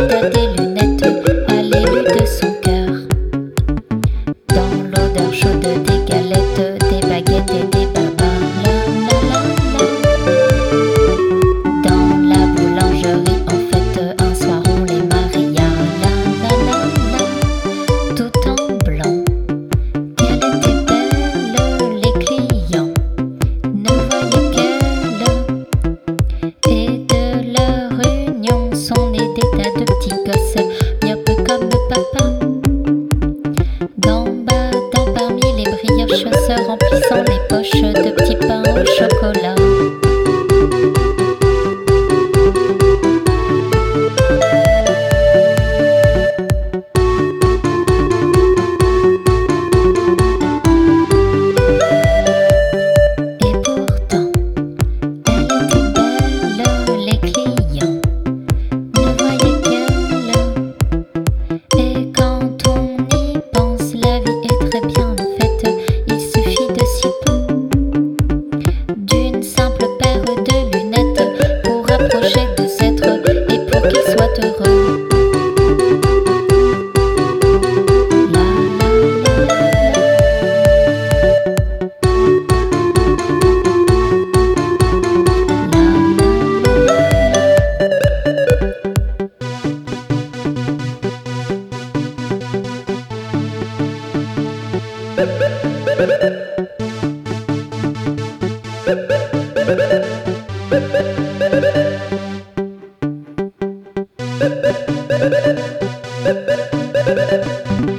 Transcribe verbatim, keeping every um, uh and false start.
l'état des lunettes, à l'élu de son cœur. Dans l'odeur chaude des galettes, des baguettes et des babas. La la la la. Dans la boulangerie, en fait, un soir on les maria. La la la la. Tout en blanc. Qu'elle était belle, les clients ne voyaient qu'elle. Et de leur union sont nés des tas de petits gosses, myopes comme papa. Gambadant parmi les brioches, se remplissant les poches de petits pains au chocolat. Et pourtant, elle était belle, les clients ne voyaient qu'elle. Et quand on y pense, la vie est très bien faite. Il suffit de si peu, d'une simple paire de lunettes, pour rapprocher deux êtres et pour qu'ils soient heureux. La la la la la.